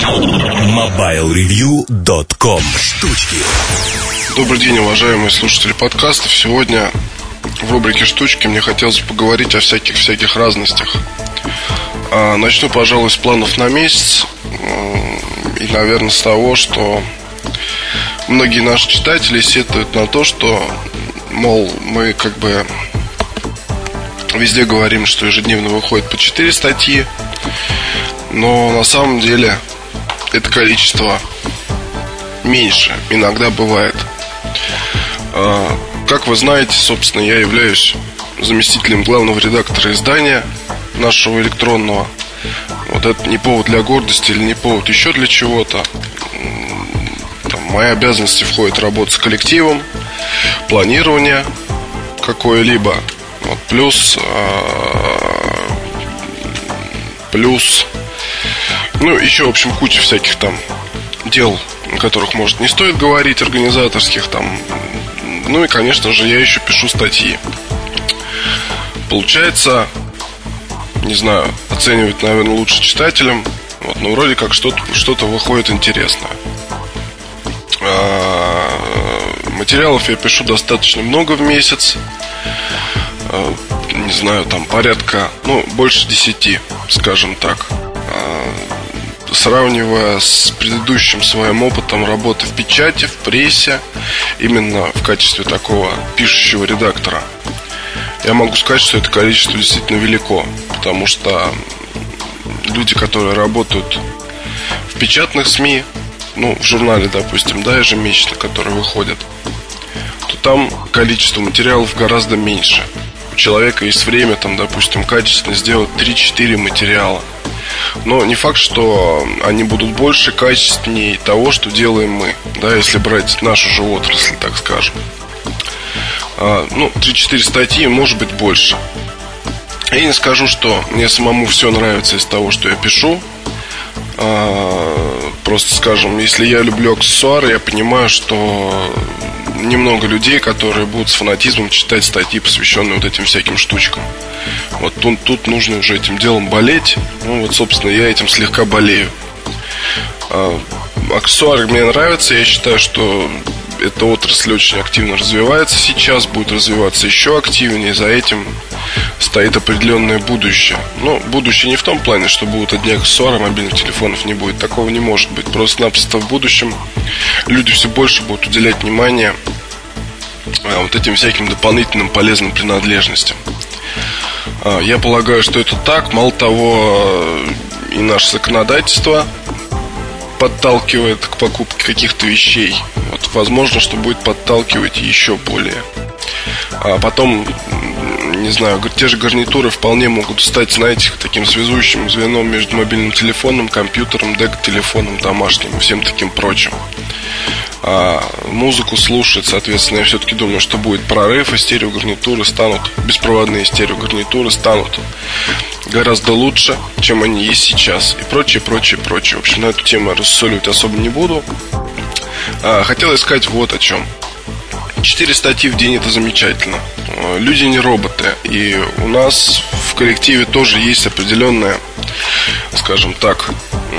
MobileReview.com. Штучки. Добрый день, уважаемые слушатели подкастов. Сегодня в рубрике «Штучки» мне хотелось поговорить о всяких разностях. Начну, пожалуй, с планов на месяц. И, наверное, с того, что многие наши читатели сетуют на то, что, мол, мы как бы везде говорим, что ежедневно выходит по 4 статьи. Но на самом деле это количество меньше, иногда бывает. Как вы знаете, собственно, я являюсь заместителем главного редактора издания нашего электронного. Вот это не повод для гордости или не повод еще для чего-то. Там, в мои обязанности входит работа с коллективом, планирование какое-либо. Вот, плюс, ну, еще, в общем, куча всяких там дел, о которых, может, не стоит говорить, организаторских там. Ну и, конечно же, я еще пишу статьи. Получается, не знаю, оценивать, наверное, лучше читателям. Вот, но вроде как что-то выходит интересное. Материалов я пишу достаточно много в месяц. Не знаю, там порядка, больше 10, скажем так. Сравнивая с предыдущим своим опытом работы в печати, в прессе, именно в качестве такого пишущего редактора, я могу сказать, что это количество действительно велико. Потому что люди, которые работают в печатных СМИ, в журнале, допустим, ежемесячно, который выходит, то там количество материалов гораздо меньше. У человека есть время, там, допустим, качественно сделать 3-4 материала. Но не факт, что они будут больше, качественнее того, что делаем мы, если брать нашу же отрасль, так скажем. 3-4 статьи, может быть, больше. Я не скажу, что мне самому все нравится из того, что я пишу. Просто, скажем, если я люблю аксессуары, я понимаю, что немного людей, которые будут с фанатизмом читать статьи, посвященные вот этим всяким штучкам. Вот тут нужно уже этим делом болеть. Собственно, я этим слегка болею. Аксессуары мне нравятся. Я считаю, что эта отрасль очень активно развивается сейчас, будет развиваться еще активнее. За этим стоит определенное будущее. Но будущее не в том плане, что будут одни аксессуары, мобильных телефонов не будет. Такого не может быть. Просто-напросто в будущем люди все больше будут уделять внимание вот этим всяким дополнительным полезным принадлежностям. Я полагаю, что это так. Мало того, и наше законодательство подталкивает к покупке каких-то вещей. Возможно, что будет подталкивать еще более. А потом, не знаю, те же гарнитуры вполне могут стать, знаете, таким связующим звеном между мобильным телефоном, компьютером, дек-телефоном, домашним и всем таким прочим. Музыку слушать, соответственно, я все-таки думаю, что будет прорыв, и стереогарнитуры станут, беспроводные стереогарнитуры станут гораздо лучше, чем они есть сейчас. И прочее. В общем, на эту тему я рассусоливать особо не буду. Хотел сказать вот о чем. 4 статьи в день — это замечательно. Люди не роботы. И у нас в коллективе тоже есть определенная, скажем так,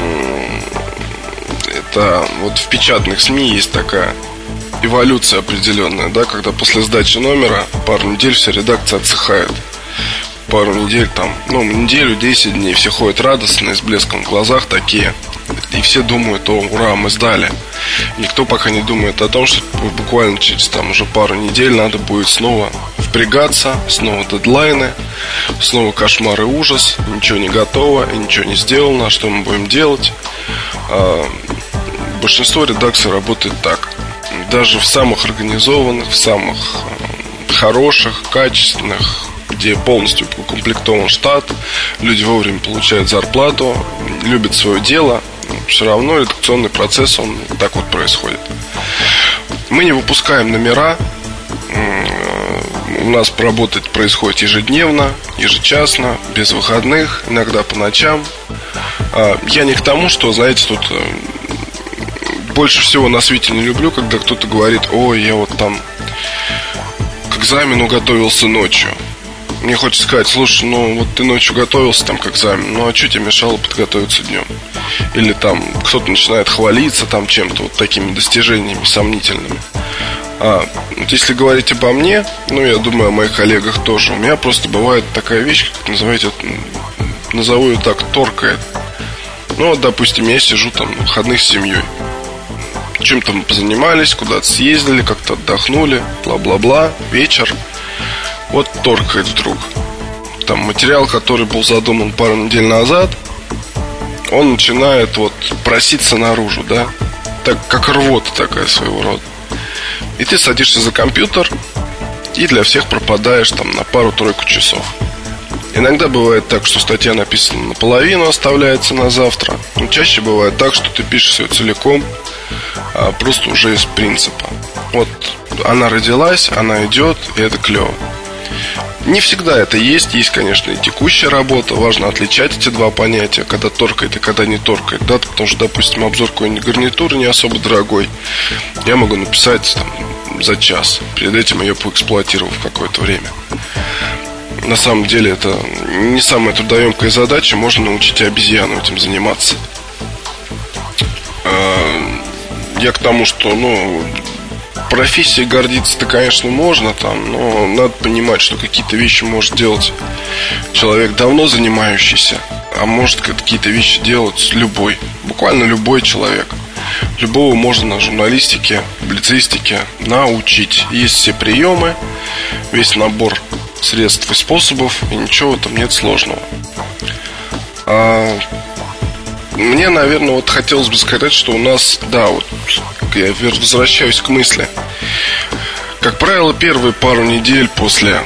это вот в печатных СМИ есть такая эволюция определенная, когда после сдачи номера пару недель вся редакция отсыхает. Пару недель там, неделю, 10 дней все ходят радостные, с блеском в глазах такие. И все думают: о, ура, мы сдали. Никто пока не думает о том, что буквально через уже пару недель надо будет снова впрягаться, снова дедлайны, снова кошмар и ужас. Ничего не готово, и ничего не сделано. Что мы будем делать? Большинство редакций работает так. Даже в самых организованных, в самых хороших, качественных, где полностью укомплектован штат, люди вовремя получают зарплату, любят свое дело, все равно редакционный процесс, он так вот происходит. Мы не выпускаем номера. У нас работать происходит ежедневно, ежечасно, без выходных, иногда по ночам. Я не к тому, что, знаете, тут больше всего на свете не люблю, когда кто-то говорит: ой, я вот там к экзамену готовился ночью. Мне хочется сказать: слушай, вот ты ночью готовился там к экзамену, а что тебе мешало подготовиться днем? или там кто-то начинает хвалиться там чем-то, вот такими достижениями сомнительными. Вот если говорить обо мне, я думаю, о моих коллегах тоже. У меня просто бывает такая вещь, как назову ее так, торкает. Вот, допустим, я сижу там на выходных с семьей, чем-то мы позанимались, куда-то съездили, как-то отдохнули, бла-бла-бла, вечер. Вот торкает вдруг. Там материал, который был задуман пару недель назад, он начинает проситься наружу, да, так как рвота такая своего рода. И ты садишься за компьютер и для всех пропадаешь там на пару-тройку часов. Иногда бывает так, что статья написана наполовину, оставляется на завтра. Но чаще бывает так, что ты пишешь ее целиком, просто уже из принципа. Вот она родилась, она идет, и это клево. Не всегда это есть, конечно, и текущая работа. Важно отличать эти два понятия, когда торкает и когда не торкает, да? Потому что, допустим, обзор какой-нибудь гарнитуры не особо дорогой я могу написать там за час, перед этим ее поэксплуатировав какое-то время. На самом деле это не самая трудоемкая задача. Можно научить обезьяну этим заниматься. Я к тому, что профессией гордиться-то, конечно, можно там, но надо понимать, что какие-то вещи может делать человек, давно занимающийся, а может какие-то вещи делать любой, буквально любой человек. Любого можно на журналистике, публицистике научить. Есть все приемы, весь набор средств и способов, и ничего в этом нет сложного. Мне, наверное, хотелось бы сказать, что у нас, я возвращаюсь к мысли. Как правило, первые пару недель после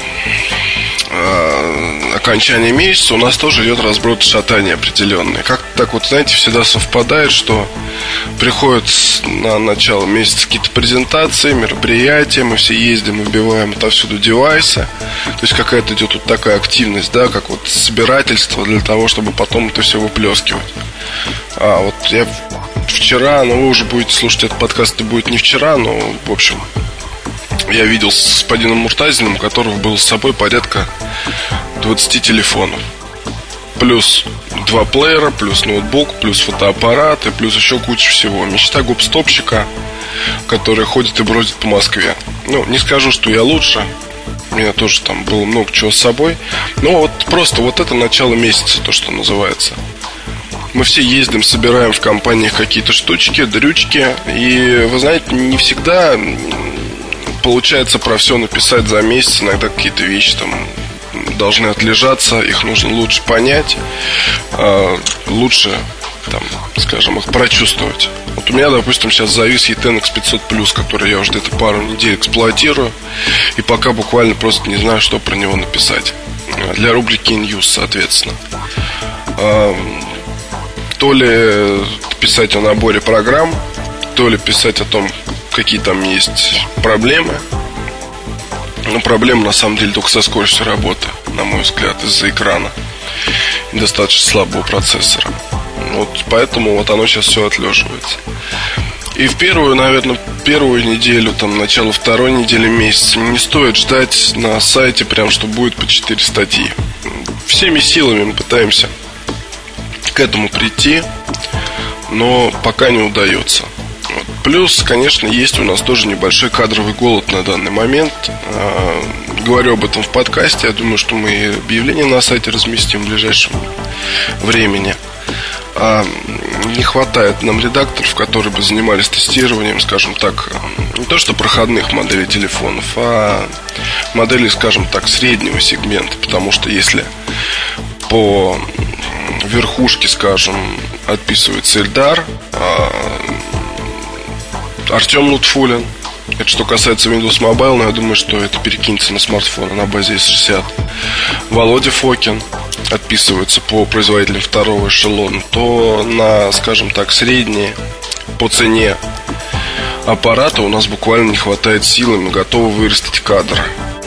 окончания месяца у нас тоже идет разброд шатания определенный. Как-то так знаете, всегда совпадает, что приходят на начало месяца какие-то презентации, мероприятия, мы все ездим, выбиваем отовсюду девайсы. То есть какая-то идет такая активность, да, как собирательство для того, чтобы потом это все выплескивать. Я вчера, вы уже будете слушать этот подкаст, это будет не вчера, но, в общем, я видел с господином Муртазиным, у которого было с собой порядка 20 телефонов. Плюс 2 плеера, плюс ноутбук, плюс фотоаппарат и плюс еще куча всего. Мечта гоп-стопщика, который ходит и бродит по Москве. Не скажу, что я лучше. У меня тоже там было много чего с собой. Но просто это начало месяца, то, что называется. Мы все ездим, собираем в компаниях какие-то штучки, дрючки. И, вы знаете, не всегда получается про все написать за месяц. Иногда какие-то вещи там должны отлежаться, их нужно лучше понять, лучше, скажем, их прочувствовать. У меня, допустим, сейчас завис E-Ten X500+, который я уже где-то пару недель эксплуатирую, и пока буквально просто не знаю, что про него написать. Для рубрики News, соответственно. То ли писать о наборе программ, то ли писать о том, какие там есть проблемы. Но проблема на самом деле только со скоростью работы, на мой взгляд, из-за экрана и достаточно слабого процессора. Поэтому оно сейчас все отлеживается. И в первую неделю, начало второй недели месяца не стоит ждать на сайте прям, что будет по 4 статьи. Всеми силами мы пытаемся к этому прийти, но пока не удается. Плюс, конечно, есть у нас тоже небольшой кадровый голод на данный момент. Говорю об этом в подкасте. Я думаю, что мы объявление на сайте разместим в ближайшем времени. Не хватает нам редакторов, которые бы занимались тестированием, скажем так, не то что проходных моделей телефонов, а моделей, скажем так, среднего сегмента. Потому что если по верхушке, скажем, отписывается Эльдар, Артем Лутфулин. Это что касается Windows Mobile, но я думаю, что это перекинется на смартфоны на базе S60. Володя Фокин отписывается по производителям второго эшелона. То на, скажем так, средние по цене аппарата у нас буквально не хватает силы. Мы готовы вырастить кадр.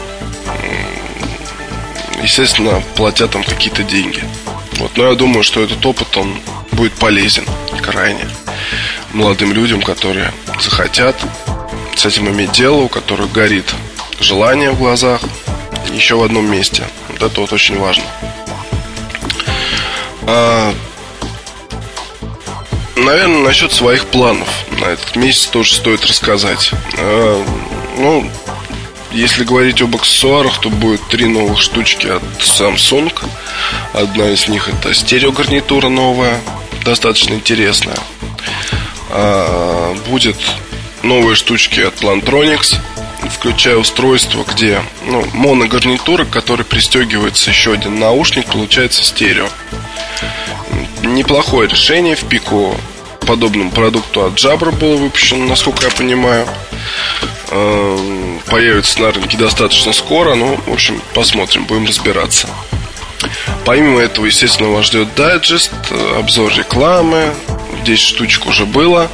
Естественно, платят там какие-то деньги. Но я думаю, что этот опыт, он будет полезен крайне молодым людям, которые захотят с этим иметь дело, у которых горит желание в глазах, еще в одном месте. Это очень важно. наверное, насчет своих планов на этот месяц тоже стоит рассказать. Если говорить об аксессуарах, то будет 3 новых штучки от Samsung. Одна из них — это стереогарнитура новая, достаточно интересная. Будет новые штучки от Plantronics, включая устройство, где моногарнитура, к которой пристегивается еще один наушник, получается стерео. Неплохое решение. В пику подобному продукту от Jabra было выпущено, насколько я понимаю. Появится на рынке достаточно скоро. В общем, посмотрим, будем разбираться. Помимо этого, естественно, вас ждет дайджест, обзор рекламы. 10 штучек уже было.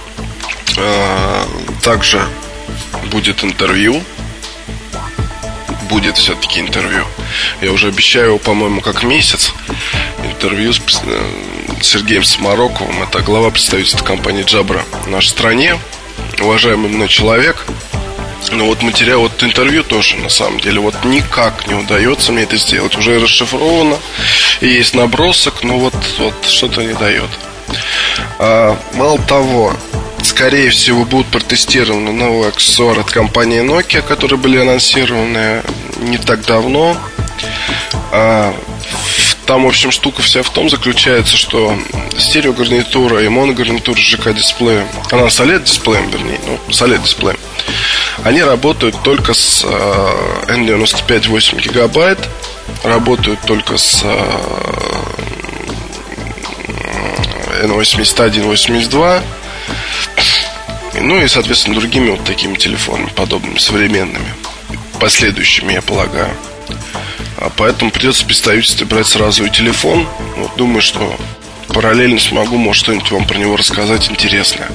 Также будет интервью. Будет все-таки интервью. Я уже обещаю его, по-моему, как месяц. Интервью с Сергеем Самароковым. Это глава представительства компании Jabra в нашей стране. Уважаемый мной человек. Но материал интервью тоже, на самом деле, никак не удается мне это сделать. Уже расшифровано, и есть набросок, но что-то не дает. Мало того, скорее всего, будут протестированы новые аксессуары от компании Nokia, которые были анонсированы не так давно. Там, в общем, штука вся в том заключается, что стереогарнитура и моногарнитура с ЖК-дисплеем, она с OLED-дисплеем, вернее, с OLED-дисплеем, они работают только с N95 8 гигабайт, работают только с N81, 82, и, соответственно, другими такими телефонами подобными, современными, последующими, я полагаю. Поэтому придется в представительстве брать сразу и телефон. Думаю, что параллельно смогу, может, что-нибудь вам про него рассказать интересное.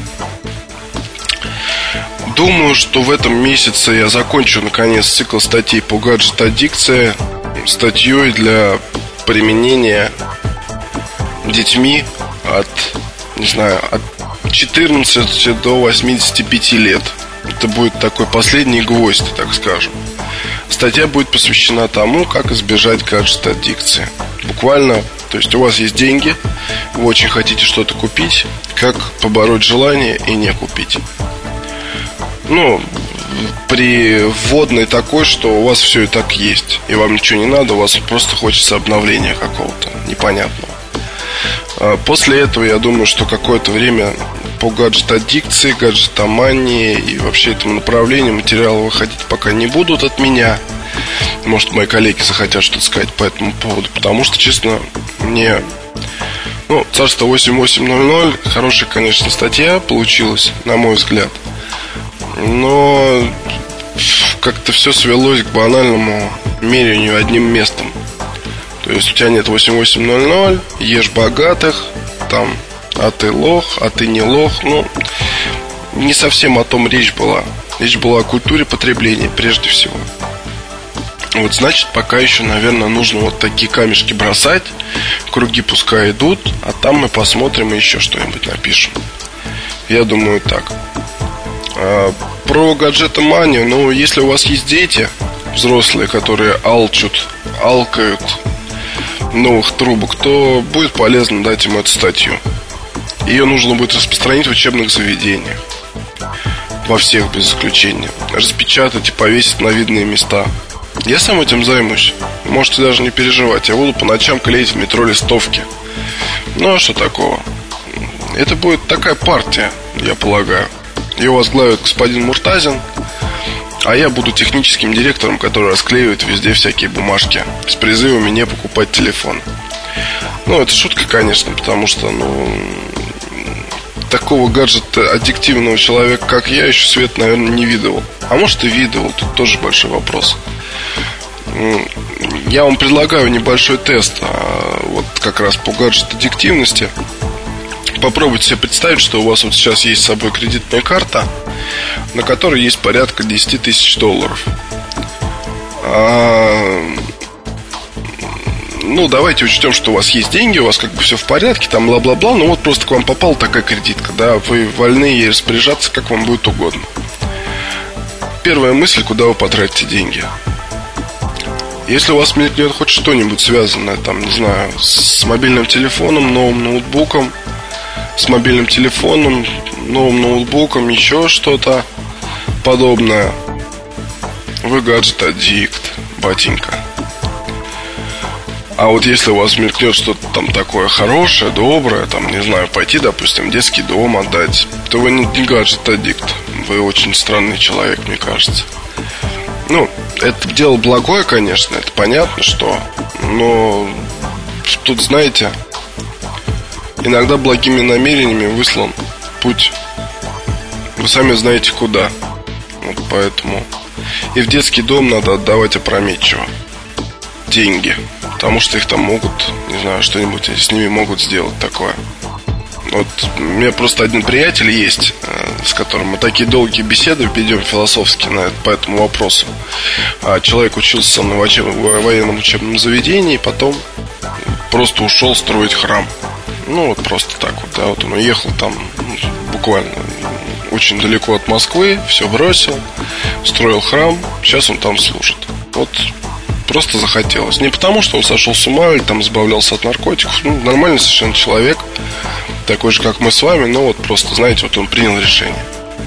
Думаю, что в этом месяце я закончу, наконец, цикл статей по гаджет-аддикции статьей для применения детьми от 14 до 85 лет. Это будет такой последний гвоздь, так скажем. Статья будет посвящена тому, как избежать гаджет-аддикции. Буквально, то есть у вас есть деньги, вы очень хотите что-то купить, как побороть желание и не купить. При вводной такой, что у вас все и так есть, и вам ничего не надо, у вас просто хочется обновления какого-то непонятного. После этого, я думаю, что какое-то время по гаджет-аддикции, гаджетомании и вообще этому направлению материалы выходить пока не будут от меня. Может, мои коллеги захотят что-то сказать по этому поводу, потому что, честно, мне Царство 8800 хорошая, конечно, статья получилась, на мой взгляд. Но как-то все свелось к банальному мерению одним местом. То есть у тебя нет 8800, ешь богатых, там, а ты лох, а ты не лох. Не совсем о том речь была. Речь была о культуре потребления прежде всего. Значит, пока еще, наверное, нужно такие камешки бросать. Круги пускай идут, а там мы посмотрим и еще что-нибудь напишем. Я думаю так. Про гаджетоманию, если у вас есть дети взрослые, которые алкают новых трубок, то будет полезно дать им эту статью. Ее нужно будет распространить в учебных заведениях, во всех без исключения. Распечатать и повесить на видные места. Я сам этим займусь. Можете даже не переживать. Я буду по ночам клеить в метро листовки. А что такого? Это будет такая партия, я полагаю. Ее возглавит господин Муртазин, а я буду техническим директором, который расклеивает везде всякие бумажки с призывами не покупать телефон. Это шутка, конечно, потому что такого гаджет-аддиктивного человека, как я, еще свет, наверное, не видывал. А может и видывал, тут тоже большой вопрос. Я вам предлагаю небольшой тест как раз по гаджет-аддиктивности. Попробуйте себе представить, что у вас сейчас есть с собой кредитная карта, на которой есть порядка 10 тысяч долларов. Давайте учтем, что у вас есть деньги, у вас все в порядке, там бла-бла-бла. Просто к вам попала такая кредитка, да, вы вольны ей распоряжаться, как вам будет угодно. Первая мысль, куда вы потратите деньги. Если у вас мелькнет хоть что-нибудь связанное, с мобильным телефоном, новым ноутбуком, с мобильным телефоном, новым ноутбуком, еще что-то подобное, вы гаджет-аддикт, батенька. А вот если у вас мелькнет что-то там такое хорошее, доброе, там, не знаю, пойти, допустим, в детский дом отдать, то вы не гаджет-аддикт. Вы очень странный человек, мне кажется. Ну, это дело благое, конечно, это понятно, что. Но тут, знаете, иногда благими намерениями выслан путь, вы сами знаете куда. Вот поэтому и в детский дом надо отдавать опрометчиво деньги, потому что их там могут, не знаю, что-нибудь с ними могут сделать такое. Вот у меня просто один приятель есть, с которым мы такие долгие беседы ведем философские по этому вопросу. Человек учился со мной в военном учебном заведении, потом просто ушел строить храм. Ну вот просто так вот, да, вот он уехал там буквально очень далеко от Москвы, все бросил, строил храм, сейчас он там служит. Вот просто захотелось. Не потому, что он сошел с ума или там избавлялся от наркотиков. Ну, нормальный совершенно человек, такой же, как мы с вами, но вот просто, знаете, вот он принял решение.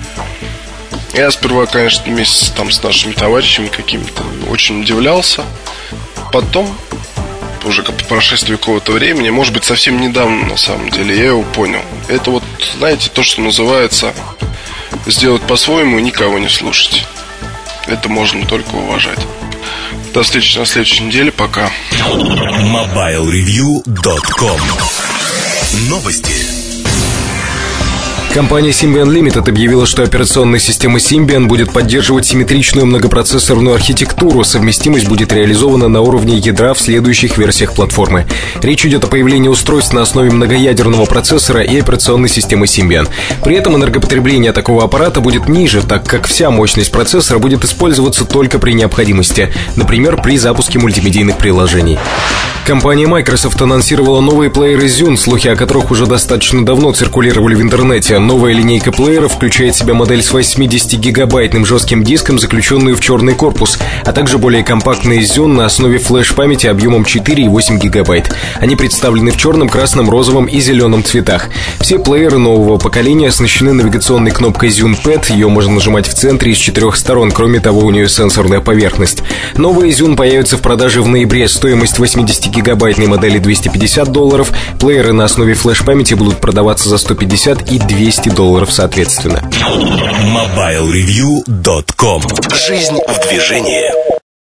Я сперва, конечно, вместе там с нашими товарищами какими-то очень удивлялся. Потом, уже по прошествии какого-то времени, может быть, совсем недавно, на самом деле, я его понял. Это вот, знаете, то, что называется сделать по-своему и никого не слушать. Это можно только уважать. До встречи на следующей неделе. Пока. MobileReview.com. Новости. Компания Symbian Limited объявила, что операционная система Symbian будет поддерживать симметричную многопроцессорную архитектуру. Совместимость будет реализована на уровне ядра в следующих версиях платформы. Речь идет о появлении устройств на основе многоядерного процессора и операционной системы Symbian. При этом энергопотребление такого аппарата будет ниже, так как вся мощность процессора будет использоваться только при необходимости, например, при запуске мультимедийных приложений. Компания Microsoft анонсировала новые плееры Zune, слухи о которых уже достаточно давно циркулировали в интернете. Новая линейка плееров включает в себя модель с 80-гигабайтным жестким диском, заключенную в черный корпус, а также более компактные Zune на основе флеш-памяти объемом 4,8 гигабайт. Они представлены в черном, красном, розовом и зеленом цветах. Все плееры нового поколения оснащены навигационной кнопкой Zune Pad. Ее можно нажимать в центре и с 4 сторон. Кроме того, у нее сенсорная поверхность. Новые Zune появятся в продаже в ноябре. Стоимость 80-гигабайтной модели $250. Плееры на основе флеш-памяти будут продаваться за $150 и $200 соответственно. MobileReview.com. Жизнь в движении.